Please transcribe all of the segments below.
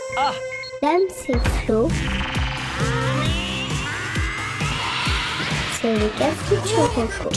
Dame, c'est Flo. C'est le café Choroko.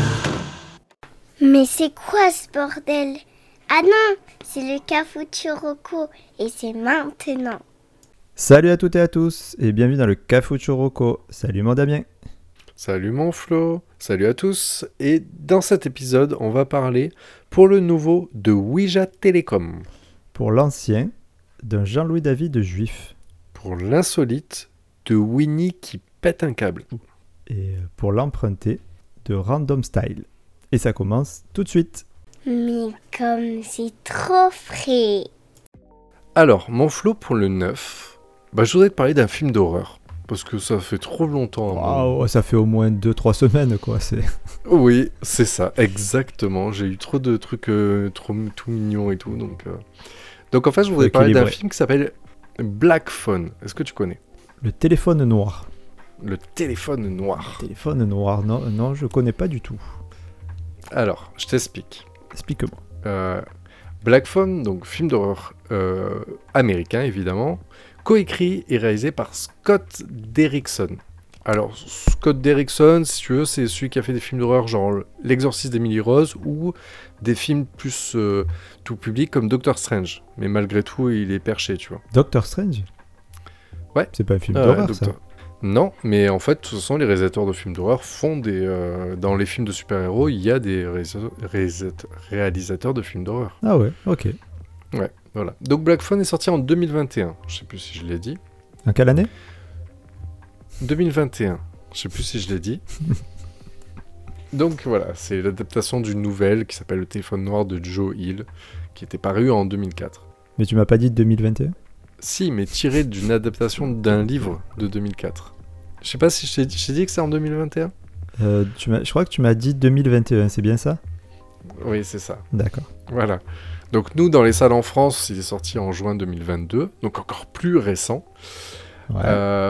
Mais c'est quoi ce bordel? Ah non, c'est le café Choroko et c'est maintenant. Salut à toutes et à tous et bienvenue dans le Cafucho Rocco. Salut mon Damien. Salut mon Flo, salut à tous. Et dans cet épisode, on va parler pour le nouveau de Ouija Telecom, Pour l'ancien, d'un Jean-Louis David juif. pour l'insolite de Winnie qui pète un câble. Et pour l'emprunté, de Random Style. Et ça commence tout de suite. Mais comme c'est trop frais. Alors, mon Flo pour le 9, je voudrais te parler d'un film d'horreur. Parce que ça fait trop longtemps. Waouh, ça fait au moins 2-3 semaines quoi. Oui, c'est ça, exactement. J'ai eu trop de trucs tout mignons et tout. Donc en fait, je voudrais parler d'un film qui s'appelle Black Phone. Est-ce que tu connais? Le téléphone noir. Le téléphone noir. Le téléphone noir, non, je connais pas du tout. Alors, je t'explique. Explique-moi. Black Phone, donc film d'horreur américain évidemment, coécrit et réalisé par Scott Derrickson. Alors, Scott Derrickson, si tu veux, c'est celui qui a fait des films d'horreur genre L'Exorciste d'Emily Rose ou des films plus tout public comme Doctor Strange. Mais malgré tout, il est perché, tu vois. Doctor Strange? Ouais. C'est pas un film d'horreur ça? Non, mais en fait, de toute façon, les réalisateurs de films d'horreur font des... dans les films de super-héros, il y a des réalisateurs de films d'horreur. Ah ouais, ok. Ouais, voilà. Donc Black Phone est sorti en 2021. Je sais plus si je l'ai dit. En quelle année? 2021. Je sais plus si je l'ai dit. Donc voilà, c'est l'adaptation d'une nouvelle qui s'appelle Le téléphone noir de Joe Hill, qui était parue en 2004. Mais tu m'as pas dit de 2021? Si, mais tiré d'une adaptation d'un livre de 2004. Je sais pas si je t'ai dit que c'est en 2021. Je crois que tu m'as dit 2021, c'est bien ça? Oui, c'est ça. D'accord. Voilà. Donc nous, dans les salles en France, il est sorti en juin 2022, donc encore plus récent. Ouais.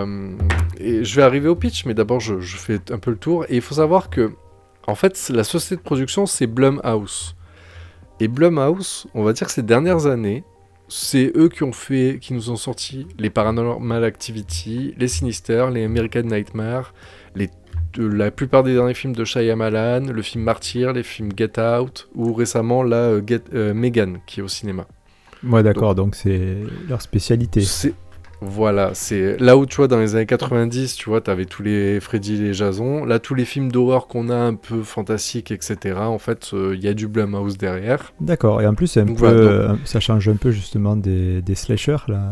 Et je vais arriver au pitch, mais d'abord je fais un peu le tour. Et il faut savoir que, en fait, la société de production, c'est Blumhouse. Et Blumhouse, on va dire que ces dernières années, c'est eux qui nous ont sorti les Paranormal Activity, les Sinister, les American Nightmare, la plupart des derniers films de Shyamalan, le film Martyr, les films Get Out, ou récemment Megan, qui est au cinéma. Ouais, d'accord, donc c'est leur spécialité. Voilà, c'est là où tu vois dans les années 90, tu vois, t'avais tous les Freddy et les Jason. Là, tous les films d'horreur qu'on a un peu fantastiques, etc. En fait, il y a du Blumhouse derrière. D'accord, et en plus, ça change un peu justement des slashers là.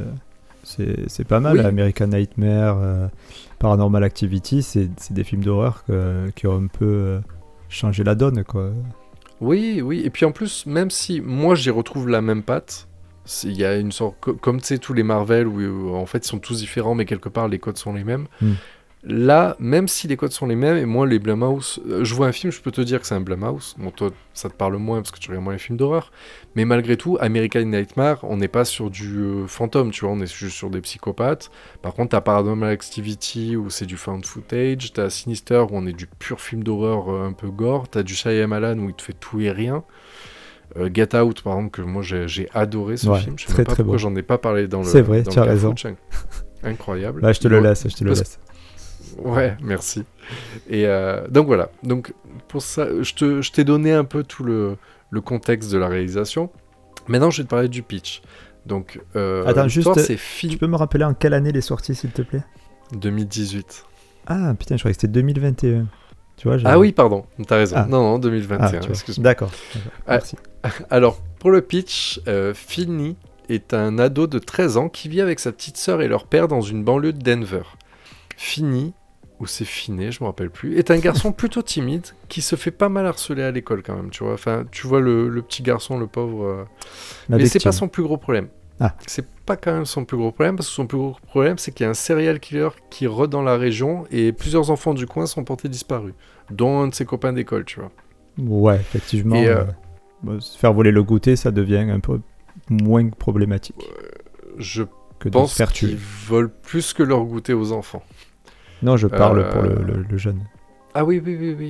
C'est pas mal. Oui. American Nightmare, Paranormal Activity, c'est des films d'horreur qui ont un peu changé la donne, quoi. Oui, et puis en plus, même si moi j'y retrouve la même patte. Il y a une sorte, comme tu sais, tous les Marvel où en fait ils sont tous différents, mais quelque part les codes sont les mêmes. Là, même si les codes sont les mêmes, et moi les Blumhouse, je vois un film, je peux te dire que c'est un Blumhouse. Bon, toi ça te parle moins parce que tu regardes moins les films d'horreur, mais malgré tout, American Nightmare, on n'est pas sur du fantôme, tu vois, on est juste sur des psychopathes. Par contre, t'as Paranormal Activity où c'est du found footage, t'as Sinister où on est du pur film d'horreur un peu gore, t'as du Shyamalan où il te fait tout et rien. Get Out, par exemple, que moi j'ai adoré ce film. Je sais même pas pourquoi j'en ai pas parlé dans le. C'est vrai, tu as raison. Incroyable. Là, je te le laisse. Ouais, merci. Et donc voilà. Donc pour ça, je t'ai donné un peu tout le contexte de la réalisation. Maintenant, je vais te parler du pitch. Donc, attends, juste, c'est tu peux me rappeler en quelle année il est sorti, s'il te plaît? 2018. Ah putain, je croyais que c'était 2021. Tu vois, ah oui, pardon, t'as raison. Ah. Non, 2021, excuse-moi. D'accord. Merci. Alors, pour le pitch, Finny est un ado de 13 ans qui vit avec sa petite sœur et leur père dans une banlieue de Denver. Finny, ou c'est Finet, je me rappelle plus, est un garçon plutôt timide qui se fait pas mal harceler à l'école quand même, tu vois. Enfin, tu vois le petit garçon, le pauvre... Mais c'est pas son plus gros problème. Ah. C'est pas quand même son plus gros problème, parce que son plus gros problème, c'est qu'il y a un serial killer qui rôde dans la région et plusieurs enfants du coin sont portés disparus, dont un de ses copains d'école, tu vois. Ouais, effectivement. Et se faire voler le goûter, ça devient un peu moins problématique. Je pense qu'ils volent plus que leur goûter aux enfants. Non, je parle pour le jeune. Ah oui,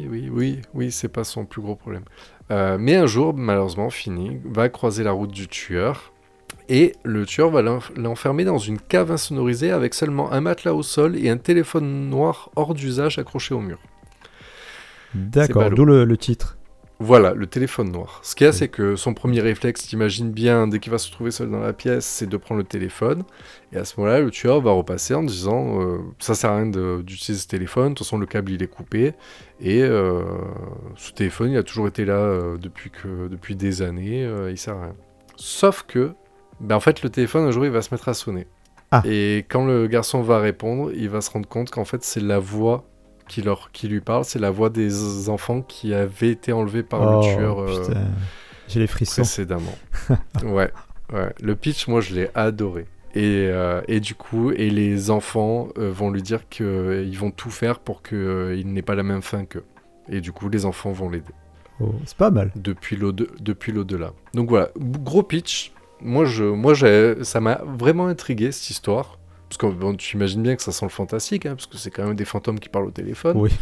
c'est pas son plus gros problème. Mais un jour, malheureusement, Finny va croiser la route du tueur Et le tueur va l'enfermer dans une cave insonorisée avec seulement un matelas au sol et un téléphone noir hors d'usage accroché au mur. D'accord, d'où le titre. Voilà, le téléphone noir. Ce qu'il y a, c'est que son premier réflexe, t'imagines bien, dès qu'il va se retrouver seul dans la pièce, c'est de prendre le téléphone. Et à ce moment-là, le tueur va repasser en disant ça sert à rien d'utiliser ce téléphone, de toute façon, le câble, il est coupé. Et ce téléphone, il a toujours été là depuis des années, il sert à rien. Sauf que, en fait, le téléphone, un jour, il va se mettre à sonner. Ah. Et quand le garçon va répondre, il va se rendre compte qu'en fait, c'est la voix qui lui parle, c'est la voix des enfants qui avaient été enlevés par le tueur putain. J'ai les frissons. Précédemment. ouais. Le pitch, moi, je l'ai adoré. Et du coup, les enfants vont lui dire qu'ils vont tout faire pour qu'il n'ait pas la même fin qu'eux. Et du coup, les enfants vont l'aider. Oh, c'est pas mal. Depuis l'au-delà. Donc voilà, gros pitch. Moi, ça m'a vraiment intrigué, cette histoire. Parce que bon, tu imagines bien que ça sent le fantastique, parce que c'est quand même des fantômes qui parlent au téléphone. Oui.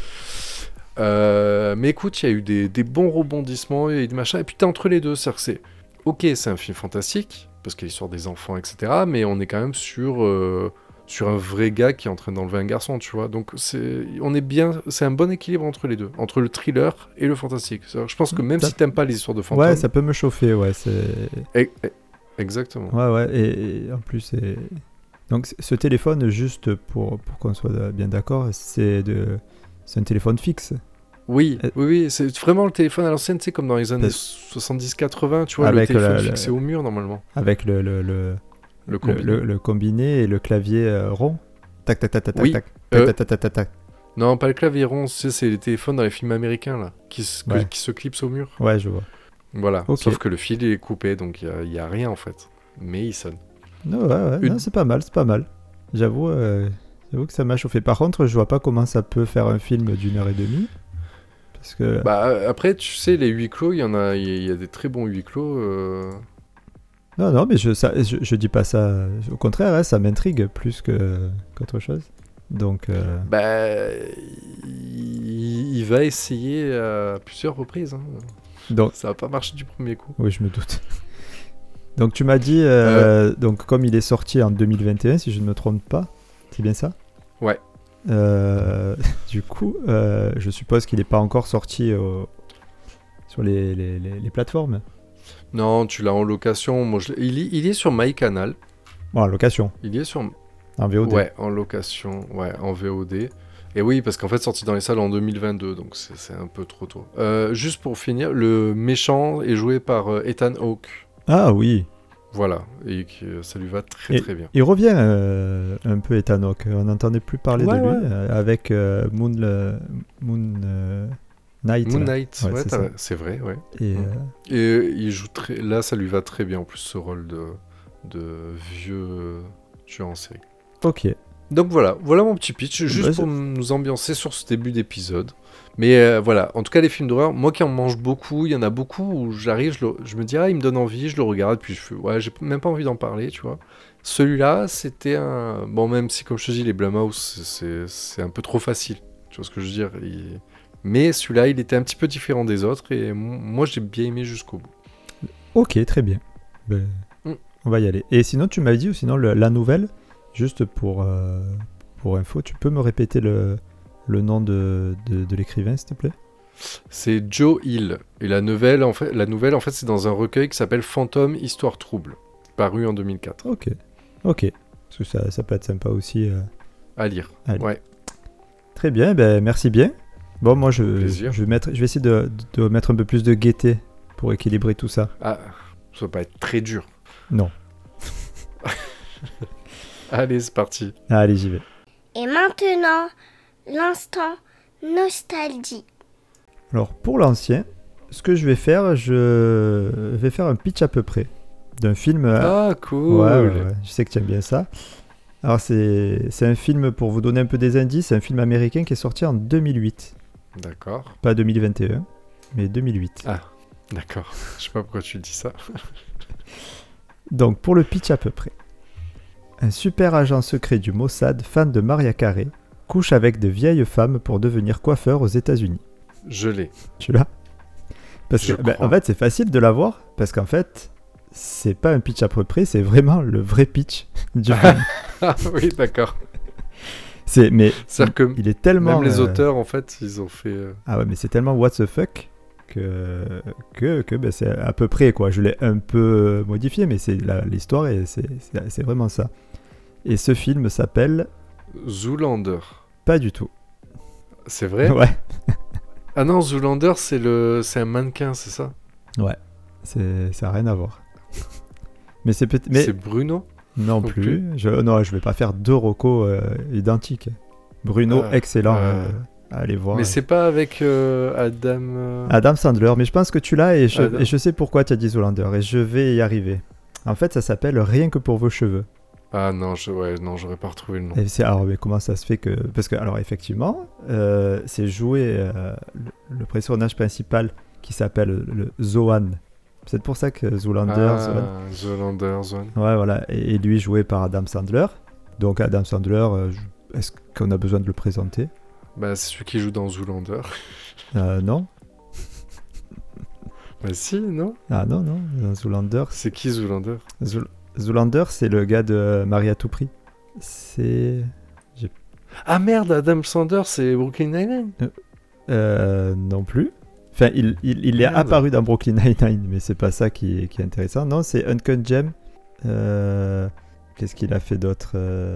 Mais écoute, il y a eu des bons rebondissements et des machins. Et puis t'es entre les deux, c'est un film fantastique, parce qu'il y a l'histoire des enfants, etc. Mais on est quand même sur un vrai gars qui est en train d'enlever un garçon, tu vois. Donc c'est un bon équilibre entre les deux, entre le thriller et le fantastique. Je pense que même si t'aimes pas les histoires de fantômes... Ouais, ça peut me chauffer, ouais. Exactement. Ouais, et en plus, c'est... Donc ce téléphone, juste pour qu'on soit bien d'accord, c'est un téléphone fixe. Oui, c'est vraiment le téléphone à l'ancienne, c'est comme dans les années 70-80, tu vois, avec le téléphone fixé au mur normalement. Avec le combiné et le clavier rond. Tac, tac, tac, tac, oui. tac, tac, tac, tac, tac, tac. Non, pas le clavier rond, c'est les téléphones dans les films américains, là, qui se clipsent au mur. Ouais, je vois. Voilà, sauf que le fil est coupé, donc il n'y a rien en fait. Mais il sonne. Non, non, c'est pas mal. J'avoue que ça m'a chauffé. Par contre, je vois pas comment ça peut faire un film d'1h30. Parce que... après, tu sais, les huis clos, il y a des très bons huis clos. Non, mais je dis pas ça. Au contraire, ça m'intrigue plus qu'autre chose. Donc... il va essayer à plusieurs reprises. Donc... Ça va pas marcher du premier coup. Oui, je me doute. Donc tu m'as dit, donc comme il est sorti en 2021, si je ne me trompe pas, c'est bien ça ? Ouais. Du coup, je suppose qu'il n'est pas encore sorti sur les plateformes. Non, tu l'as en location. Moi, il est sur MyCanal. Bon, en location. Il est sur... En VOD. Ouais, en location, en VOD. Et oui, parce qu'en fait, sorti dans les salles en 2022, donc c'est un peu trop tôt. Juste pour finir, le méchant est joué par Ethan Hawke. Ah oui. Voilà, et ça lui va très bien. Il revient un peu Ethan Hawke. On n'entendait plus parler de lui avec Moon Knight. Moon Knight, ouais, c'est vrai, ouais. Et il joue là, ça lui va très bien en plus ce rôle de vieux tueur en série. Ok. Donc voilà mon petit pitch, juste pour nous ambiancer sur ce début d'épisode. Mais voilà, en tout cas les films d'horreur, moi qui en mange beaucoup, il y en a beaucoup où j'arrive, je me dis il me donne envie, je le regarde, puis je fais j'ai même pas envie d'en parler, tu vois. Celui-là, c'était un... Bon, même si comme je te dis, les Blumhouse, c'est un peu trop facile, tu vois ce que je veux dire. Mais celui-là, il était un petit peu différent des autres, et moi j'ai bien aimé jusqu'au bout. Ok, très bien. On va y aller. Et sinon, tu m'avais dit, ou sinon la nouvelle, juste pour info, tu peux me répéter le nom de l'écrivain, s'il te plaît ? C'est Joe Hill. Et la nouvelle, en fait, c'est dans un recueil qui s'appelle Fantôme, Histoire trouble, paru en 2004. Ok. Parce que ça peut être sympa aussi. À lire. Ouais. Très bien, merci bien. Bon, moi, je vais essayer de mettre un peu plus de gaieté pour équilibrer tout ça. Ah, ça va pas être très dur. Non. Allez, c'est parti. Allez, j'y vais. Et maintenant, l'instant nostalgie. Alors, pour l'ancien, ce que je vais faire un pitch à peu près d'un film. Ah, cool. Ouais, je sais que tu aimes bien ça. Alors, c'est un film, pour vous donner un peu des indices, c'est un film américain qui est sorti en 2008. D'accord. Pas 2021, mais 2008. Ah, d'accord. Je sais pas pourquoi tu dis ça. Donc, pour le pitch à peu près. Un super agent secret du Mossad, fan de Mariah Carey, couche avec de vieilles femmes pour devenir coiffeur aux États-Unis. Je l'ai. Tu l'as ? Parce que, en fait, c'est facile de l'avoir, parce qu'en fait, c'est pas un pitch à peu près, c'est vraiment le vrai pitch du film. Ah oui, d'accord. Mais C'est-à-dire que il est tellement... même les auteurs, en fait, ils ont fait... Ah ouais, mais c'est tellement what the fuck que ben, c'est à peu près, quoi. Je l'ai un peu modifié, mais c'est l'histoire et c'est vraiment ça. Et ce film s'appelle... Zoolander. Pas du tout. C'est vrai? Ouais. Ah non, Zoolander, c'est un mannequin, c'est ça? Ouais. Ça n'a rien à voir. Mais c'est peut-être... C'est Bruno? Non plus. Non, je vais pas faire 2 recos identiques. Bruno, excellent. Allez voir. Mais c'est pas avec Adam... Adam Sandler, mais je pense que tu l'as et je sais pourquoi tu as dit Zoolander et je vais y arriver. En fait, ça s'appelle Rien que pour vos cheveux. Ah non, j'aurais pas retrouvé le nom. Alors, mais comment ça se fait que... Parce que, alors, effectivement, c'est joué le personnage principal qui s'appelle le Zohan. C'est pour ça que Zoolander... Zoolander, Zohan. Ouais, voilà. Et lui, joué par Adam Sandler. Donc, Adam Sandler, est-ce qu'on a besoin de le présenter? Bah, c'est celui qui joue dans Zoolander. Non. Bah si, non? Ah non, dans Zoolander... C'est qui Zoolander? Zoolander, c'est le gars de Marie à tout prix. Ah merde, Adam Sandler, c'est Brooklyn Nine-Nine? Non plus. Enfin, il est apparu dans Brooklyn Nine-Nine, mais c'est pas ça qui est intéressant. Non, c'est Uncut Gem. Qu'est-ce qu'il a fait d'autre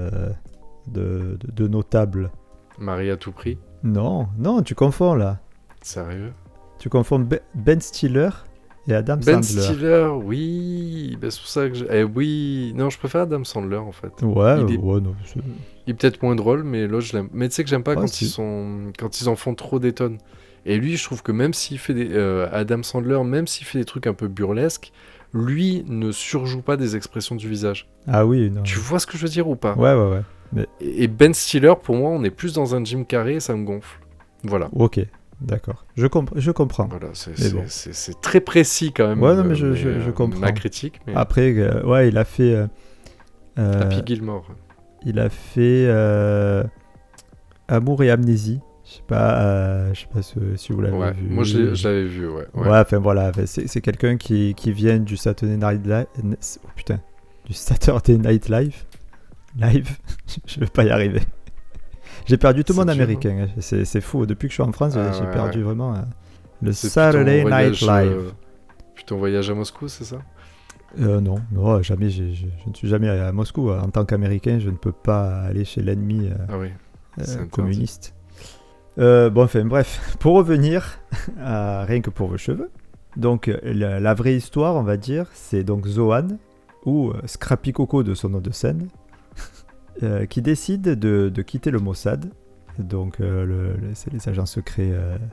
de notable? Marie à tout prix? Non, tu confonds là. Sérieux? Tu confonds Ben Stiller et Adam Sandler. Ben Stiller, oui. Ben, c'est pour ça que oui. Non, je préfère Adam Sandler en fait. Ouais, il est peut-être moins drôle, mais l'autre je l'aime. Mais tu sais que j'aime pas quand ils en font trop des tonnes. Et lui, je trouve que même s'il fait Adam Sandler, même s'il fait des trucs un peu burlesques, lui ne surjoue pas des expressions du visage. Ah oui, non. Tu vois ce que je veux dire ou pas? Ouais. Mais... Et Ben Stiller, pour moi, on est plus dans un Jim Carrey et ça me gonfle. Voilà. Ok, d'accord. Je comprends. Voilà, c'est très précis quand même. Ouais, non, mais je comprends. Ma critique. Mais... Après, il a fait... Happy Gilmore. Il a fait Amour et Amnésie. Je sais pas si vous l'avez vu. Moi, je l'avais vu, ouais. Ouais, enfin voilà, c'est quelqu'un qui vient du Saturday Night Live. Oh putain, du Saturday Night Live. Je vais pas y arriver. J'ai perdu tout mon américain. C'est fou. Depuis que je suis en France, j'ai perdu vraiment le Saturday Night Live. Puis ton voyage à Moscou, c'est ça? Non, jamais. Je ne suis jamais allé à Moscou. En tant qu'Américain, je ne peux pas aller chez l'ennemi communiste. Bref, pour revenir à Rien que pour vos cheveux. Donc, la vraie histoire, on va dire, c'est donc Zohan, ou Scrappy Coco de son nom de scène, qui décide de quitter le Mossad. Donc, c'est les agents secrets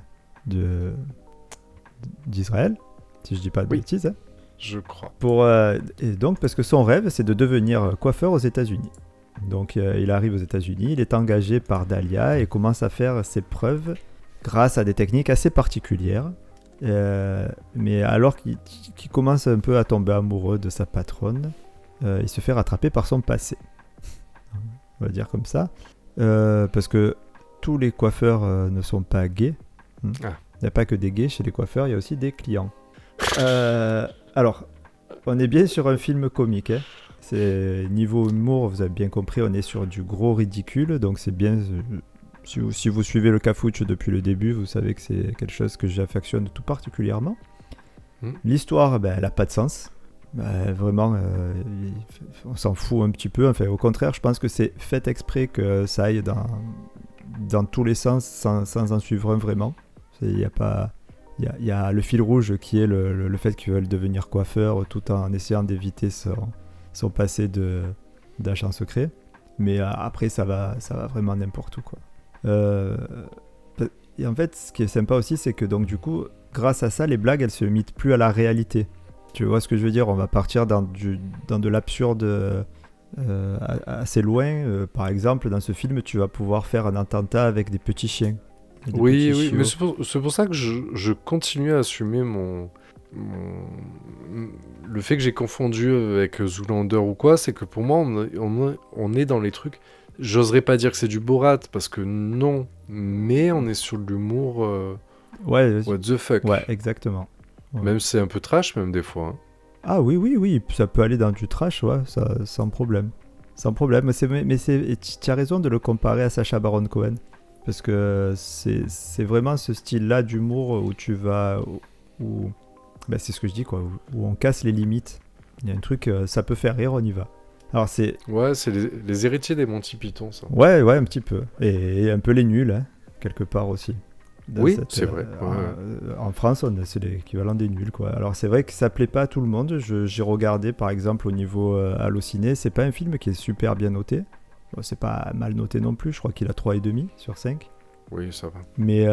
d'Israël, si je dis pas de bêtises. Hein. Je crois. Et donc, parce que son rêve, c'est de devenir coiffeur aux États-Unis. Donc, il arrive aux États-Unis, il est engagé par Dahlia et commence à faire ses preuves grâce à des techniques assez particulières. Mais alors qu'il commence un peu à tomber amoureux de sa patronne, il se fait rattraper par son passé. On va dire comme ça. Parce que tous les coiffeurs ne sont pas gays. Il n'y a pas que des gays chez les coiffeurs, il y a aussi des clients. Alors, on est bien sur un film comique. Hein. C'est niveau humour, vous avez bien compris, on est sur du gros ridicule. Donc c'est bien... Si vous suivez le Cafouche depuis le début, vous savez que c'est quelque chose que j'affectionne tout particulièrement. L'histoire, elle n'a pas de sens. Vraiment, on s'en fout un petit peu. Enfin, au contraire, je pense que c'est fait exprès que ça aille dans tous les sens sans en suivre un vraiment. Il y a le fil rouge qui est le fait qu'ils veulent devenir coiffeurs tout en essayant d'éviter son passé d'agent secret. Mais après, ça va vraiment n'importe où, quoi. Et en fait, ce qui est sympa aussi, c'est que donc du coup, grâce à ça, les blagues, elles se limitent plus à la réalité. Tu vois ce que je veux dire? On va partir dans de l'absurde assez loin. Par exemple, dans ce film, tu vas pouvoir faire un attentat avec des petits chiens. Oui, mais c'est pour ça que je continue à assumer le fait que j'ai confondu avec Zoolander ou quoi, c'est que pour moi, on est dans les trucs... J'oserais pas dire que c'est du Borat, parce que non, mais on est sur de l'humour what the fuck. Ouais, exactement. Ouais. Même si c'est un peu trash, même des fois. Hein. Ah oui, ça peut aller dans du trash, ouais, ça, sans problème. Sans problème, mais tu as raison de le comparer à Sacha Baron Cohen. Parce que c'est vraiment ce style-là d'humour où tu vas... Ben, c'est ce que je dis, quoi, où on casse les limites. Il y a un truc, ça peut faire rire, on y va. Alors c'est... Ouais, c'est les héritiers des Monty Python, ça. Ouais, un petit peu. Et un peu les nuls, hein, quelque part aussi. Oui, c'est vrai. En France, c'est l'équivalent des nuls, quoi. Alors c'est vrai que ça plaît pas à tout le monde. J'ai regardé, par exemple, au niveau Allociné. C'est pas un film qui est super bien noté. Bon, c'est pas mal noté non plus. Je crois qu'il a 3,5 sur 5. Oui, ça va.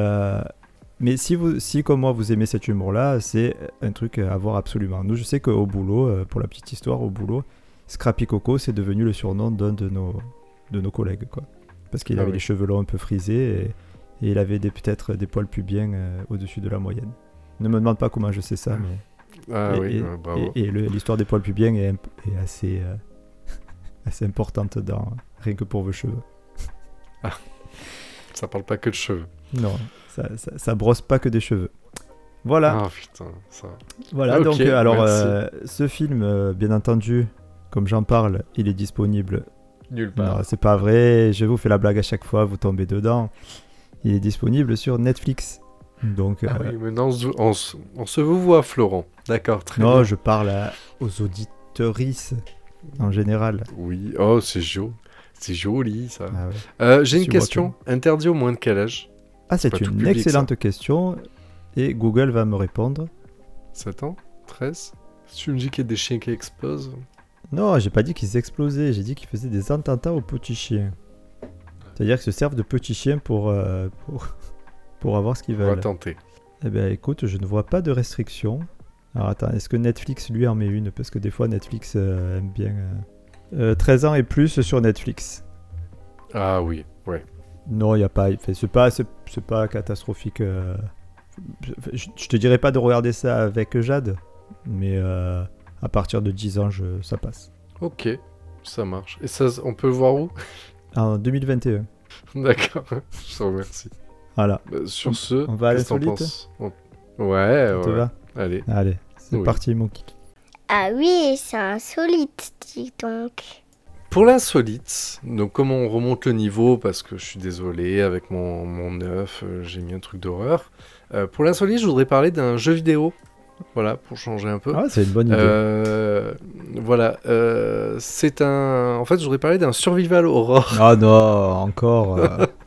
Mais si comme moi, vous aimez cet humour-là, c'est un truc à voir absolument. Nous, je sais qu'au boulot, pour la petite histoire, au boulot, Scrappy Coco, c'est devenu le surnom d'un de nos collègues, quoi. Parce qu'il avait les cheveux longs un peu frisés et il avait peut-être des poils pubiens au-dessus de la moyenne. Ne me demande pas comment je sais ça, mais... bravo. Et l'histoire des poils pubiens est assez, assez importante rien que pour vos cheveux. Ah, ça parle pas que de cheveux. Non, ça brosse pas que des cheveux. Voilà. Ah putain, ça... Voilà, donc alors ce film, bien entendu, comme j'en parle, il est disponible... Nulle part. Non, c'est pas vrai, je vous fais la blague à chaque fois, vous tombez dedans. Il est disponible sur Netflix. Donc, oui, maintenant on se vous voit, Florent. D'accord, très bien. Non, je parle aux auditrices en général. Oui, oh, c'est joli ça. Ah ouais. J'ai une question. Interdit au moins de quel âge? Ah, c'est une excellente question. Et Google va me répondre. 7 ans 13? Si tu me dis qu'il y a des chiens qui explosent. Non, j'ai pas dit qu'ils explosaient, j'ai dit qu'ils faisaient des attentats aux petits chiens. C'est-à-dire qu'ils se servent de petits chiens pour avoir ce qu'ils veulent. On va tenter. Eh bien, écoute, je ne vois pas de restriction. Alors attends, est-ce que Netflix lui en met une? Parce que des fois, Netflix aime bien... 13 ans et plus sur Netflix. Ah oui, ouais. Non, il n'y a pas... C'est pas catastrophique. Je te dirais pas de regarder ça avec Jade, mais à partir de 10 ans, ça passe. Ok, ça marche. Et ça, on peut le voir où? En 2021. D'accord, je te remercie. Voilà. Sur ce, on va à qu'est-ce que t'en l'insolite. penses? Ouais. Ça te va? Allez, c'est parti, mon kiki. Ah oui, c'est insolite, dis donc. Pour l'insolite, donc comme on remonte le niveau, parce que je suis désolé, avec mon neuf, j'ai mis un truc d'horreur. Pour l'insolite, je voudrais parler d'un jeu vidéo. Voilà, pour changer un peu. Ah, c'est une bonne idée. Voilà, c'est un... En fait, je voudrais parler d'un survival horror. Ah non, encore.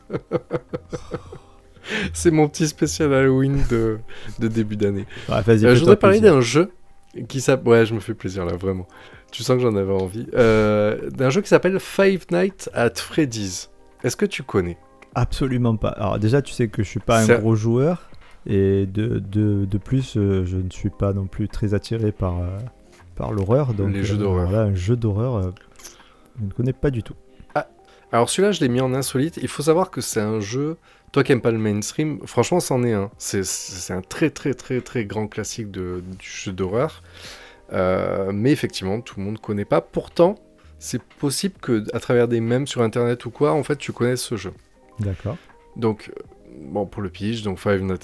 C'est mon petit spécial Halloween de début d'année. Ouais, vas-y, je voudrais parler d'un jeu qui s'appelle... Ouais, je me fais plaisir là, vraiment. Tu sens que j'en avais envie. D'un jeu qui s'appelle Five Nights at Freddy's. Est-ce que tu connais? Absolument pas. Alors déjà, tu sais que je suis pas un gros joueur. Et de plus, je ne suis pas non plus très attiré par l'horreur. Donc, les jeux d'horreur. Voilà, un jeu d'horreur, je ne connais pas du tout. Ah, alors celui-là, je l'ai mis en insolite. Il faut savoir que c'est un jeu... Toi qui n'aimes pas le mainstream, franchement, c'en est un. C'est un très très très très grand classique du jeu d'horreur. Mais effectivement, tout le monde ne connaît pas. Pourtant, c'est possible qu'à travers des mèmes sur Internet ou quoi, en fait, tu connaisses ce jeu. D'accord. Donc, bon, pour le pitch, donc Five Nights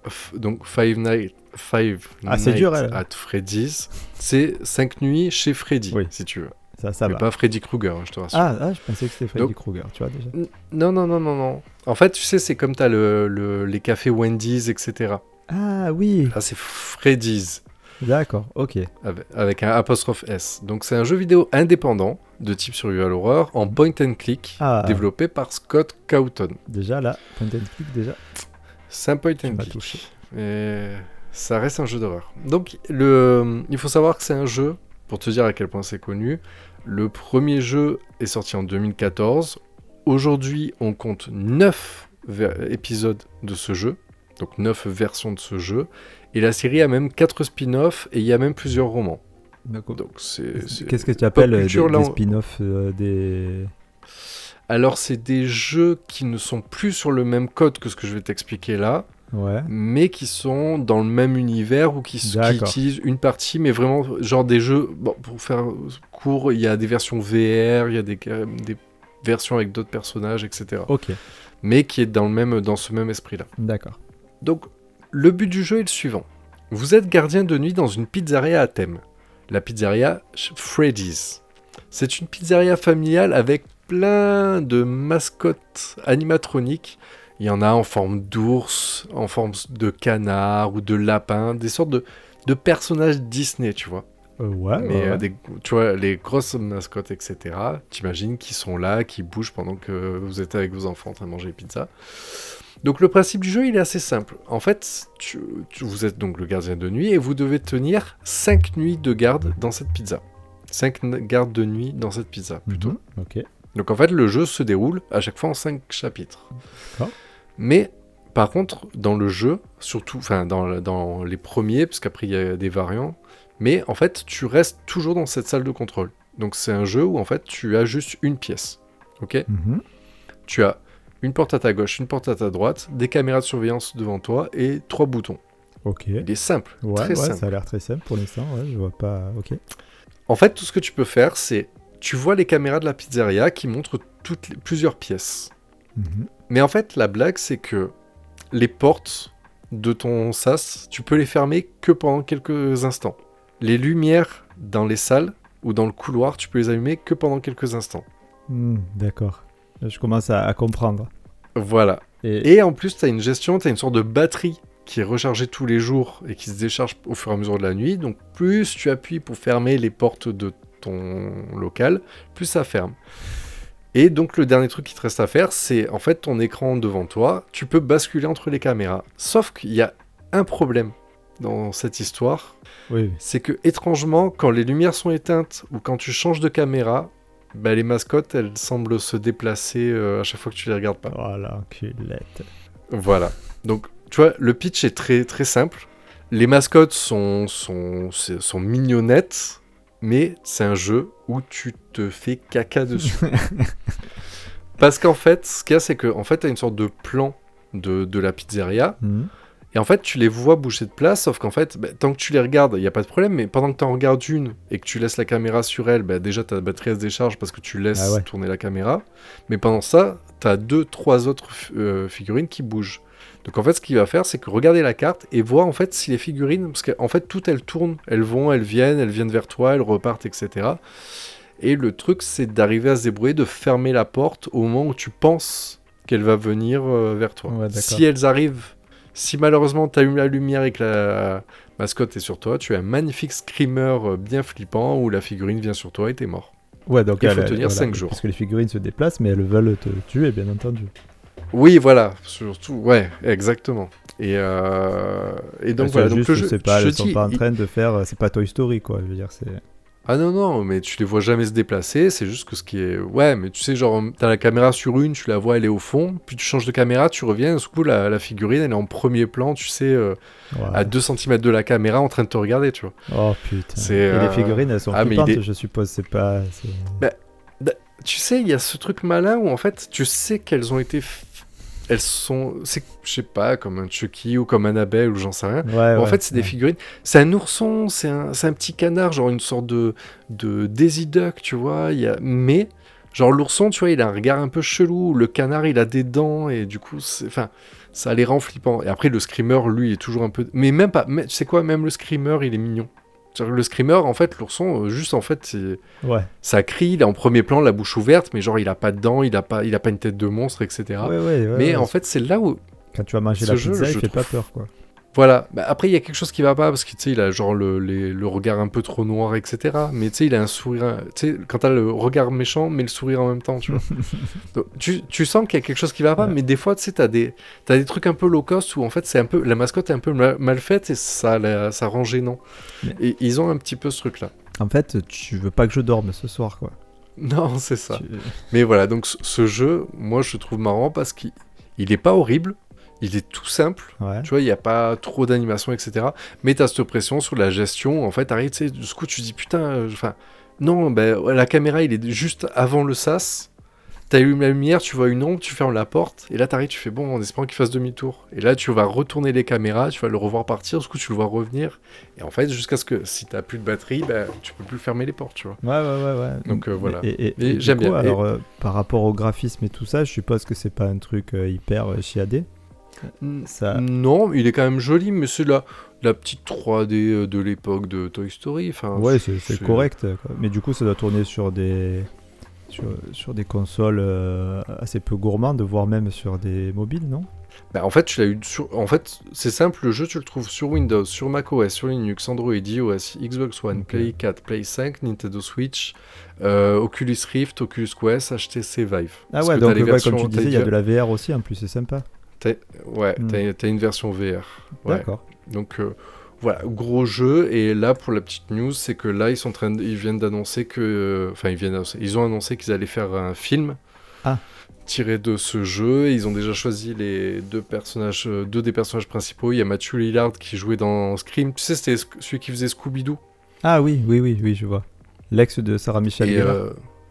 at Freddy's, c'est 5 nuits chez Freddy, si tu veux. Ça mais va. pas Freddy Krueger, je te rassure. Ah, je pensais que c'était Freddy Krueger, tu vois déjà. Non. En fait, tu sais, c'est comme t'as les cafés Wendy's, etc. Ah oui. Là, c'est Freddy's. D'accord, ok. Avec un apostrophe S. Donc, c'est un jeu vidéo indépendant de type survival horror en point and click, développé par Scott Cawthon. Déjà là, point and click déjà. C'est un point and click. Et ça reste un jeu d'horreur. Donc, il faut savoir que c'est un jeu, pour te dire à quel point c'est connu. Le premier jeu est sorti en 2014. Aujourd'hui, on compte 9 épisodes de ce jeu. Donc 9 versions de ce jeu. Et la série a même 4 spin-offs et il y a même plusieurs romans. D'accord. Donc qu'est-ce que tu appelles des spin-offs Alors, c'est des jeux qui ne sont plus sur le même code que ce que je vais t'expliquer là. Ouais. Mais qui sont dans le même univers ou qui utilisent une partie, mais vraiment genre des jeux, bon, pour faire court, il y a des versions VR, il y a des versions avec d'autres personnages, etc. Ok. Mais qui est dans ce même esprit-là. D'accord. Donc, le but du jeu est le suivant. Vous êtes gardien de nuit dans une pizzeria à thème. la pizzeria Freddy's. C'est une pizzeria familiale avec plein de mascottes animatroniques. Il y en a en forme d'ours, en forme de canard ou de lapin, des sortes de personnages Disney, tu vois. Ouais, Mais ouais. tu vois, les grosses mascottes, etc., t'imagines qu'ils sont là, qui bougent pendant que vous êtes avec vos enfants en train de manger pizza. Donc le principe du jeu, il est assez simple. En fait, vous êtes donc le gardien de nuit et vous devez tenir 5 nuits de garde dans cette pizza. 5 gardes de nuit dans cette pizza, plutôt. Ok. Donc en fait, le jeu se déroule à chaque fois en 5 chapitres. D'accord. Mais par contre, dans le jeu, surtout, enfin dans les premiers, parce qu'après il y a des variants, mais en fait, tu restes toujours dans cette salle de contrôle. Donc c'est un jeu où en fait, tu as juste une pièce. Ok ? Tu as une porte à ta gauche, une porte à ta droite, des caméras de surveillance devant toi et 3 boutons. Ok. Il est simple, Ouais, très simple. ça a l'air très simple pour l'instant. Ouais, je vois pas. Ok. En fait, tout ce que tu peux faire, c'est tu vois les caméras de la pizzeria qui montrent plusieurs pièces. Mais en fait, la blague, c'est que les portes de ton sas, tu peux les fermer que pendant quelques instants. Les lumières dans les salles ou dans le couloir, tu peux les allumer que pendant quelques instants. D'accord. Je commence à comprendre. Voilà. Et en plus, tu as une gestion, tu as une sorte de batterie qui est rechargée tous les jours et qui se décharge au fur et à mesure de la nuit. Donc plus tu appuies pour fermer les portes de ton local, plus ça ferme. Et donc le dernier truc qui te reste à faire, c'est en fait ton écran devant toi, tu peux basculer entre les caméras. Sauf qu'il y a un problème dans cette histoire, Oui. c'est que étrangement, quand les lumières sont éteintes ou quand tu changes de caméra, bah, les mascottes, elles semblent se déplacer à chaque fois que tu les regardes pas. Voilà, enculette. Voilà. Donc, tu vois, le pitch est très, très simple. Les mascottes sont mignonnettes, mais c'est un jeu où tu te fais caca dessus. Parce qu'en fait, ce qu'il y a, c'est que en fait, tu as une sorte de plan de la pizzeria. Et en fait, tu les vois bouger de place, sauf qu'en fait, tant que tu les regardes, il n'y a pas de problème, mais pendant que tu en regardes une et que tu laisses la caméra sur elle, déjà ta batterie elle se décharge parce que tu laisses tourner la caméra. Mais pendant ça, tu as 2-3 autres figurines qui bougent. Donc en fait, ce qu'il va faire, c'est que regarder la carte et voir en fait si les figurines, parce qu'en fait, toutes elles tournent, elles viennent vers toi, elles repartent, etc. Et le truc, c'est d'arriver à se débrouiller, de fermer la porte au moment où tu penses qu'elle va venir vers toi. Ouais, si elles arrivent... Si malheureusement tu allumes la lumière et que la mascotte est sur toi, tu as un magnifique screamer bien flippant où la figurine vient sur toi et t'es mort. Ouais, donc il faut tenir 5 jours. Parce que les figurines se déplacent, mais elles veulent te tuer, bien entendu. Oui, voilà, surtout, ouais, exactement. Et donc voilà, donc juste, le jeu, c'est pas, elles sont pas en train de faire, c'est pas Toy Story, quoi. Je veux dire, c'est. Ah non, mais tu les vois jamais se déplacer, c'est juste que ce qui est... Ouais, mais tu sais, genre, t'as la caméra sur une, tu la vois, elle est au fond, puis tu changes de caméra, tu reviens, du coup, la figurine, elle est en premier plan, tu sais, à 2 cm de la caméra, en train de te regarder, tu vois. Oh, putain. Et les figurines, elles sont flippantes, je suppose, c'est pas... tu sais, il y a ce truc malin où, en fait, tu sais qu'elles ont été... Elles sont, je sais pas, comme un Chucky ou comme Annabelle ou j'en sais rien. En fait, c'est des figurines. C'est un ourson, c'est un petit canard, genre une sorte de Daisy Duck, tu vois. Mais, genre l'ourson, tu vois, il a un regard un peu chelou. Le canard, il a des dents et du coup, ça les rend flippants. Et après, le screamer, lui, il est toujours un peu... Mais même pas, tu sais quoi, même le screamer, il est mignon. Le screamer, en fait, l'ourson, juste en fait, ça crie, il est en premier plan, la bouche ouverte, mais genre il a pas de dents, il a pas une tête de monstre, etc. Mais en fait, c'est là où quand tu vas manger la pizza, il fait pas peur, quoi. Voilà. Après, il y a quelque chose qui va pas parce que tu sais, il a genre le regard un peu trop noir, etc. Mais tu sais, il a un sourire. Tu sais, quand t'as le regard méchant, mais le sourire en même temps, tu vois. Donc, tu sens qu'il y a quelque chose qui va pas, mais des fois, tu sais, t'as des trucs un peu low cost où en fait, c'est un peu la mascotte est un peu mal faite et ça rend gênant. Et ils ont un petit peu ce truc-là. En fait, tu veux pas que je dorme ce soir, quoi. Non, c'est ça. Mais voilà, donc ce jeu, moi, je le trouve marrant parce qu'il est pas horrible. Il est tout simple, tu vois, il n'y a pas trop d'animation, etc. Mais tu as cette pression sur la gestion. En fait, t'arrives, tu sais, du coup, tu te dis, putain, non, la caméra, il est juste avant le sas. T'allumes la lumière, tu vois une ombre, tu fermes la porte. Et là, t'arrives, tu fais, bon, en espérant qu'il fasse demi-tour. Et là, tu vas retourner les caméras, tu vas le revoir partir, du coup, tu le vois revenir. Et en fait, jusqu'à ce que, si t'as plus de batterie, tu peux plus fermer les portes, tu vois. Ouais. Donc, voilà. Et j'aime bien. Alors, par rapport au graphisme et tout ça, je suppose que c'est pas un truc hyper chiadé. Ça... Non, il est quand même joli, mais c'est la petite 3D de l'époque de Toy Story. Enfin, Ouais, c'est correct. Quoi. Mais du coup, ça doit tourner sur des consoles assez peu gourmandes, voire même sur des mobiles, non? Bah, en fait, tu l'as eu en fait, c'est simple, le jeu, tu le trouves sur Windows, sur macOS, sur Linux, Android, iOS, Xbox One, Play 4, Play 5, Nintendo Switch, Oculus Rift, Oculus Quest, HTC Vive. Ah ouais, donc comme tu disais, il y a de la VR aussi, en plus, c'est sympa. T'as une version VR. Ouais. D'accord. Donc voilà, gros jeu. Et là, pour la petite news, c'est que là, ils viennent d'annoncer que... ils ont annoncé qu'ils allaient faire un film tiré de ce jeu. Et ils ont déjà choisi les deux des personnages principaux. Il y a Matthew Lillard qui jouait dans Scream. Tu sais, c'était celui qui faisait Scooby-Doo. Ah oui, je vois. L'ex de Sarah Michelle Gellar.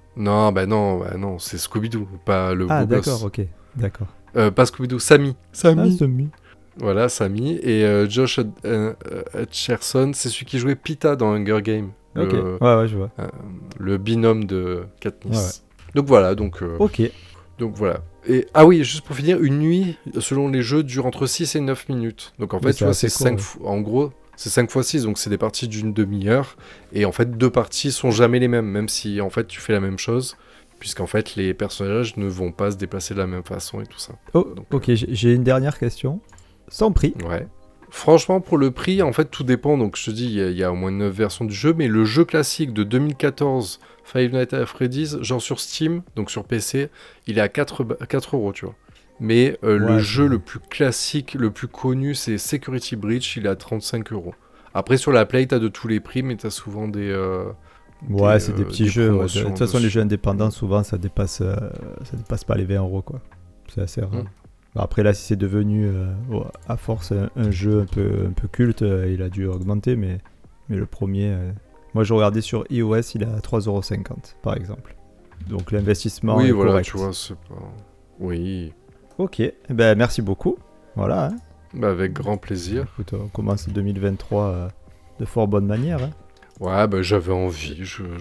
Non, c'est Scooby-Doo, pas le beau gosse. D'accord. Pas Scooby-Doo, Sammy. Sammy. Voilà, Sammy. Et Josh Hutcherson, c'est celui qui jouait Pita dans Hunger Games. Ok, ouais, je vois. Le binôme de Katniss. Ouais. Donc voilà, Ok. Donc voilà. Et, ah oui, juste pour finir, une nuit, selon les jeux, dure entre 6 et 9 minutes. Donc en fait, tu vois, c'est 5 en gros, c'est 5 x 6, donc c'est des parties d'une demi-heure. Et en fait, 2 parties sont jamais les mêmes, même si en fait tu fais la même chose. Puisqu'en fait, les personnages ne vont pas se déplacer de la même façon et tout ça. Ok, j'ai une dernière question. Sans prix. Ouais. Franchement, pour le prix, en fait, tout dépend. Donc, je te dis, il y a au moins 9 versions du jeu. Mais le jeu classique de 2014, Five Nights at Freddy's, genre sur Steam, donc sur PC, il est à 4 €, tu vois. Mais le jeu le plus classique, le plus connu, c'est Security Breach, il est à 35 €. Après, sur la Play, t'as de tous les prix, mais t'as souvent des... c'est des petits jeux. De toute façon, les jeux indépendants, souvent, ça dépasse pas les 20 €, quoi. C'est assez rare. Après, là, si c'est devenu, à force, un jeu un peu culte, il a dû augmenter, mais le premier... Moi, je regardais sur iOS, il est à 3,50 €, par exemple. Donc, l'investissement est voilà, correct. Tu vois, c'est pas... Oui. Ok, merci beaucoup. Voilà. Avec grand plaisir. Écoute, on commence 2023 de fort bonne manière. Ouais, j'avais envie.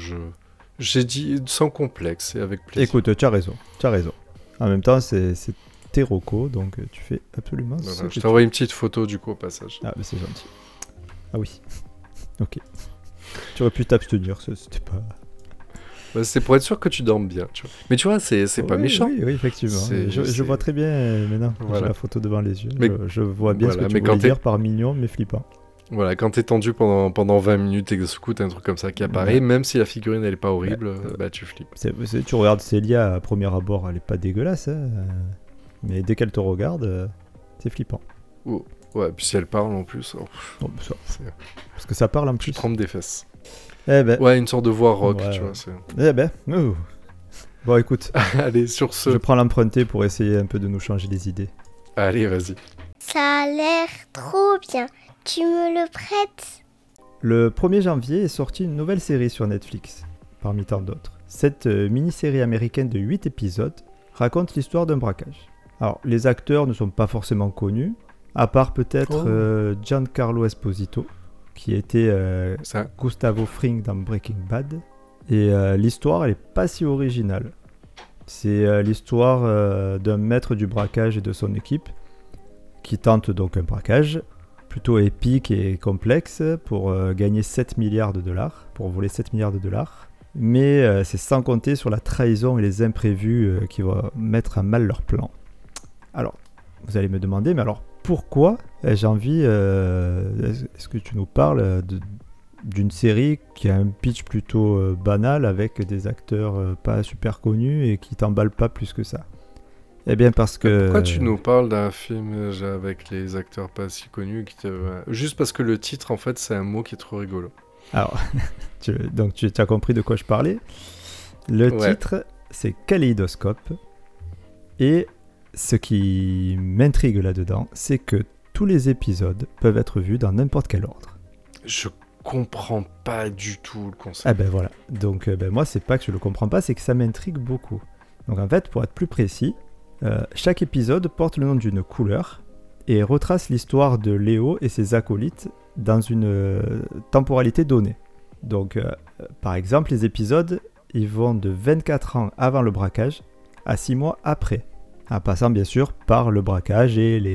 J'ai dit sans complexe et avec plaisir. Écoute, tu as raison. En même temps, c'est tes recos, donc tu fais absolument ce que je t'envoie une petite photo du coup au passage. Ah, c'est gentil. Ah oui. Ok. Tu aurais pu t'abstenir, c'était pas... c'est pour être sûr que tu dormes bien, tu vois. Mais tu vois, c'est pas méchant. Oui, effectivement. Je vois très bien maintenant. Voilà. J'ai la photo devant les yeux. Je vois bien ce que tu voulais dire par mignon, mais flippant. Voilà, quand t'es tendu pendant 20 minutes et que ce coup t'as un truc comme ça qui apparaît, même si la figurine elle est pas horrible, tu flippes. Tu regardes Célia à premier abord, elle est pas dégueulasse, hein, mais dès qu'elle te regarde, c'est flippant. Ouais, puis si elle parle en plus. Parce que ça parle en plus. Tu trempes des fesses. Ouais, une sorte de voix rock, tu vois. Bon, écoute. Allez, sur ce. Je prends l'emprunter pour essayer un peu de nous changer les idées. Allez, vas-y. Ça a l'air trop bien. Tu me le prêtes ? Le 1er janvier est sortie une nouvelle série sur Netflix, parmi tant d'autres. Cette mini-série américaine de 8 épisodes raconte l'histoire d'un braquage. Alors, les acteurs ne sont pas forcément connus, à part peut-être Giancarlo Esposito, qui était Gustavo Fring dans Breaking Bad. Et l'histoire, elle est pas si originale. C'est l'histoire d'un maître du braquage et de son équipe, qui tente donc un braquage plutôt épique et complexe pour gagner 7 milliards de dollars, pour voler 7 milliards de dollars. Mais c'est sans compter sur la trahison et les imprévus qui vont mettre à mal leur plan. Alors, vous allez me demander, mais alors pourquoi j'ai envie, est-ce que tu nous parles d'une série qui a un pitch plutôt banal avec des acteurs pas super connus et qui t'emballe pas plus que ça? Eh bien parce que... Pourquoi tu nous parles d'un film avec les acteurs pas si connus juste parce que le titre, en fait, c'est un mot qui est trop rigolo. Alors, donc tu as compris de quoi je parlais. Le titre, c'est Kaléidoscope. Et ce qui m'intrigue là-dedans, c'est que tous les épisodes peuvent être vus dans n'importe quel ordre. Je comprends pas du tout le concept. Ah ben voilà. Donc moi, c'est pas que je le comprends pas, c'est que ça m'intrigue beaucoup. Donc en fait, pour être plus précis, chaque épisode porte le nom d'une couleur et retrace l'histoire de Léo et ses acolytes dans une temporalité donnée. Donc, par exemple, les épisodes, ils vont de 24 ans avant le braquage à 6 mois après, en passant bien sûr par le braquage et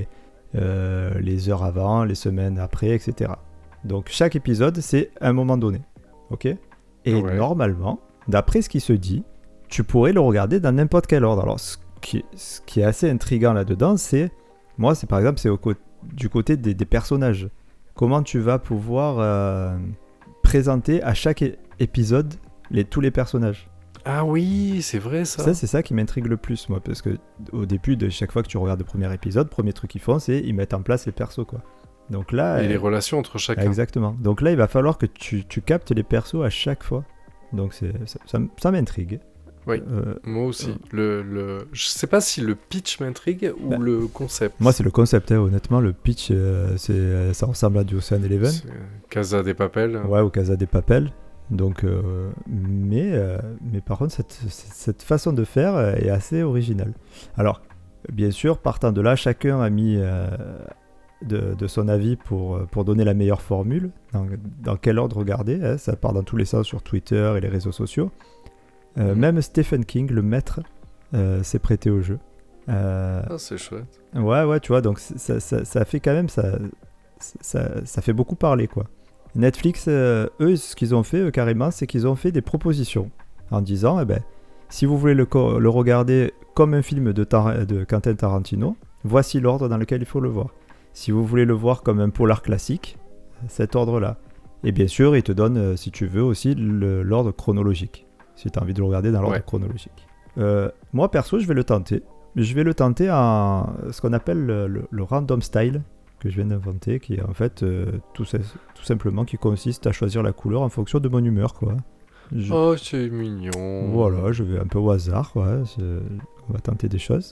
les heures avant, les semaines après, etc. Donc chaque épisode, c'est un moment donné. Ok ? Et normalement, d'après ce qui se dit, tu pourrais le regarder dans n'importe quel ordre. Alors ce qui est assez intriguant là-dedans, c'est par exemple, c'est du côté des personnages. Comment tu vas pouvoir présenter à chaque épisode tous les personnages. Ah oui, c'est vrai ça. Ça, c'est ça qui m'intrigue le plus, moi, parce que au début de chaque fois que tu regardes le premier épisode, le premier truc qu'ils font, c'est ils mettent en place les persos, quoi. Donc là, et les relations entre chacun. Exactement. Donc là, il va falloir que tu captes les persos à chaque fois. Donc ça m'intrigue. Oui, moi aussi. Je sais pas si le pitch m'intrigue ou le concept. Moi, c'est le concept, honnêtement. Le pitch, ça ressemble à du Ocean Eleven. C'est Casa de Papel. Ouais, ou Casa de Papel. Donc, mais par contre, cette façon de faire est assez originale. Alors, bien sûr, partant de là, chacun a mis de son avis pour donner la meilleure formule. Dans quel ordre regarder, hein, ça part dans tous les sens sur Twitter et les réseaux sociaux. Même Stephen King, le maître, s'est prêté au jeu. C'est chouette. Ouais, tu vois, donc ça fait quand même, ça fait beaucoup parler, quoi. Netflix, eux, ce qu'ils ont fait carrément, c'est qu'ils ont fait des propositions en disant, si vous voulez le regarder comme un film de Quentin Tarantino, voici l'ordre dans lequel il faut le voir. Si vous voulez le voir comme un polar classique, cet ordre-là. Et bien sûr, ils te donnent, si tu veux, aussi l'ordre chronologique, si tu as envie de le regarder dans l'ordre chronologique. Moi, perso, je vais le tenter. Je vais le tenter en ce qu'on appelle le random style, que je viens d'inventer, qui est en fait tout simplement qui consiste à choisir la couleur en fonction de mon humeur, quoi. Oh, c'est mignon. Voilà, je vais un peu au hasard, on va tenter des choses.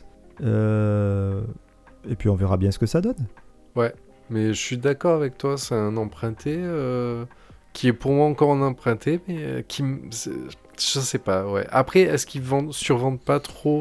Et puis on verra bien ce que ça donne. Ouais, mais je suis d'accord avec toi, c'est un emprunté qui est pour moi encore un emprunté, mais je sais pas, ouais. Après, est-ce qu'ils survendent pas trop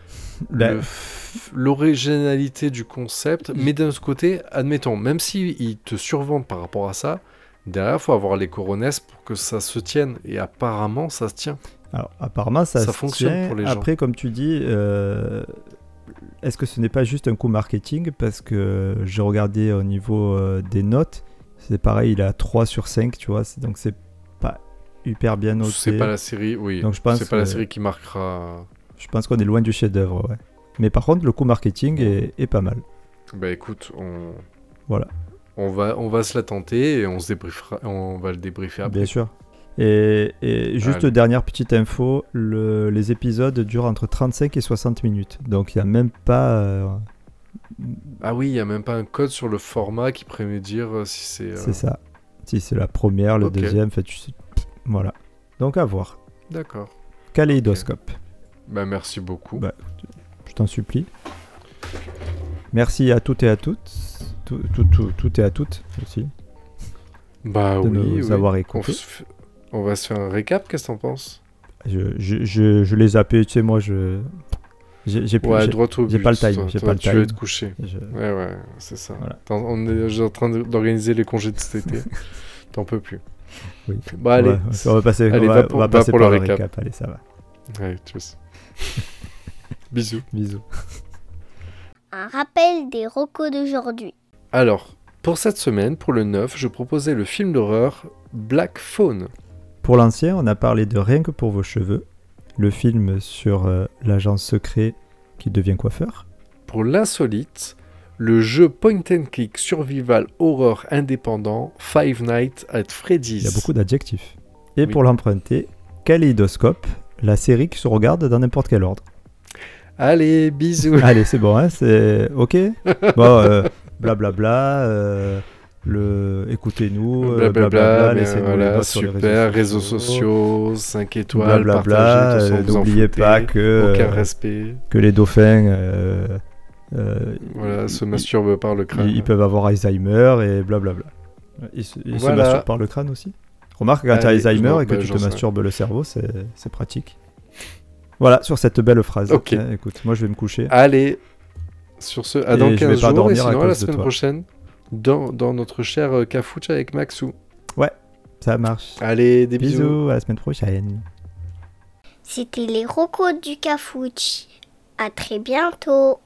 l'originalité du concept, mais d'un côté, admettons, même s'ils te survendent par rapport à ça, derrière, il faut avoir les coronesses pour que ça se tienne, et apparemment, ça se tient. Alors, apparemment, ça fonctionne tient. pour les gens. Après, comme tu dis, est-ce que ce n'est pas juste un coup marketing? Parce que j'ai regardé au niveau des notes, c'est pareil, il est à 3 sur 5, tu vois, donc c'est pas hyper bien noté. C'est pas la série, oui. Donc, c'est pas la série qui marquera... Je pense qu'on est loin du chef-d'œuvre, ouais. Mais par contre, le coup marketing est pas mal. Bah écoute, voilà. On va se la tenter et on va le débriefer après. Bien sûr. Et juste dernière petite info, les épisodes durent entre 35 et 60 minutes. Donc il n'y a même pas... Ah oui, il n'y a même pas un code sur le format qui permet de dire si c'est... C'est ça. Si c'est la première, le deuxième, fait, voilà. Donc à voir. D'accord. Kaléidoscope. Okay. Bah merci beaucoup. Bah, je t'en supplie. Merci à toutes et à toutes. Tout et à toutes aussi. Bah de nous avoir écoutés. On va se faire un récap, qu'est-ce que t'en penses? Je l'ai zappé, tu sais, moi j'ai pas le time. Tu veux être couché. Ouais, c'est ça. Voilà. On est en train d'organiser les congés de cet été. T'en peux plus. Oui. Bah allez, on va passer, allez, on va passer pour le récap. Allez, ça va. Ouais, tchuss. Bisous. Un rappel des recos d'aujourd'hui. Alors, pour cette semaine, pour le 9, je proposais le film d'horreur Black Phone. Pour l'ancien, on a parlé de Rien que pour vos cheveux, le film sur l'agent secret qui devient coiffeur. Pour l'insolite, le jeu point and click survival horreur indépendant Five Nights at Freddy's. Il y a beaucoup d'adjectifs. Et pour l'emprunter, Kaléidoscope, la série qui se regarde dans n'importe quel ordre. Allez, bisous. Allez, c'est bon, hein, c'est ok. Bon, blablabla, écoutez-nous, blablabla, laissez-nous voilà, les notes super, sur les réseaux sociaux, 5 étoiles, blablabla, n'oubliez pas que aucun respect, que les dauphins voilà, se masturbent par le crâne. Ils peuvent avoir Alzheimer et blablabla. Ils se masturbent par le crâne aussi. Remarque, quand tu as Alzheimer et que tu te masturbes le cerveau, c'est pratique. Voilà, sur cette belle phrase. Ok. Écoute, moi je vais me coucher. Allez, sur ce, à dans 15 jours, et sinon la semaine toi. prochaine, dans notre cher Cafouche avec Maxou. Ouais, ça marche. Allez, des bisous. Bisous, à la semaine prochaine. C'était les recos du Cafouche. À très bientôt.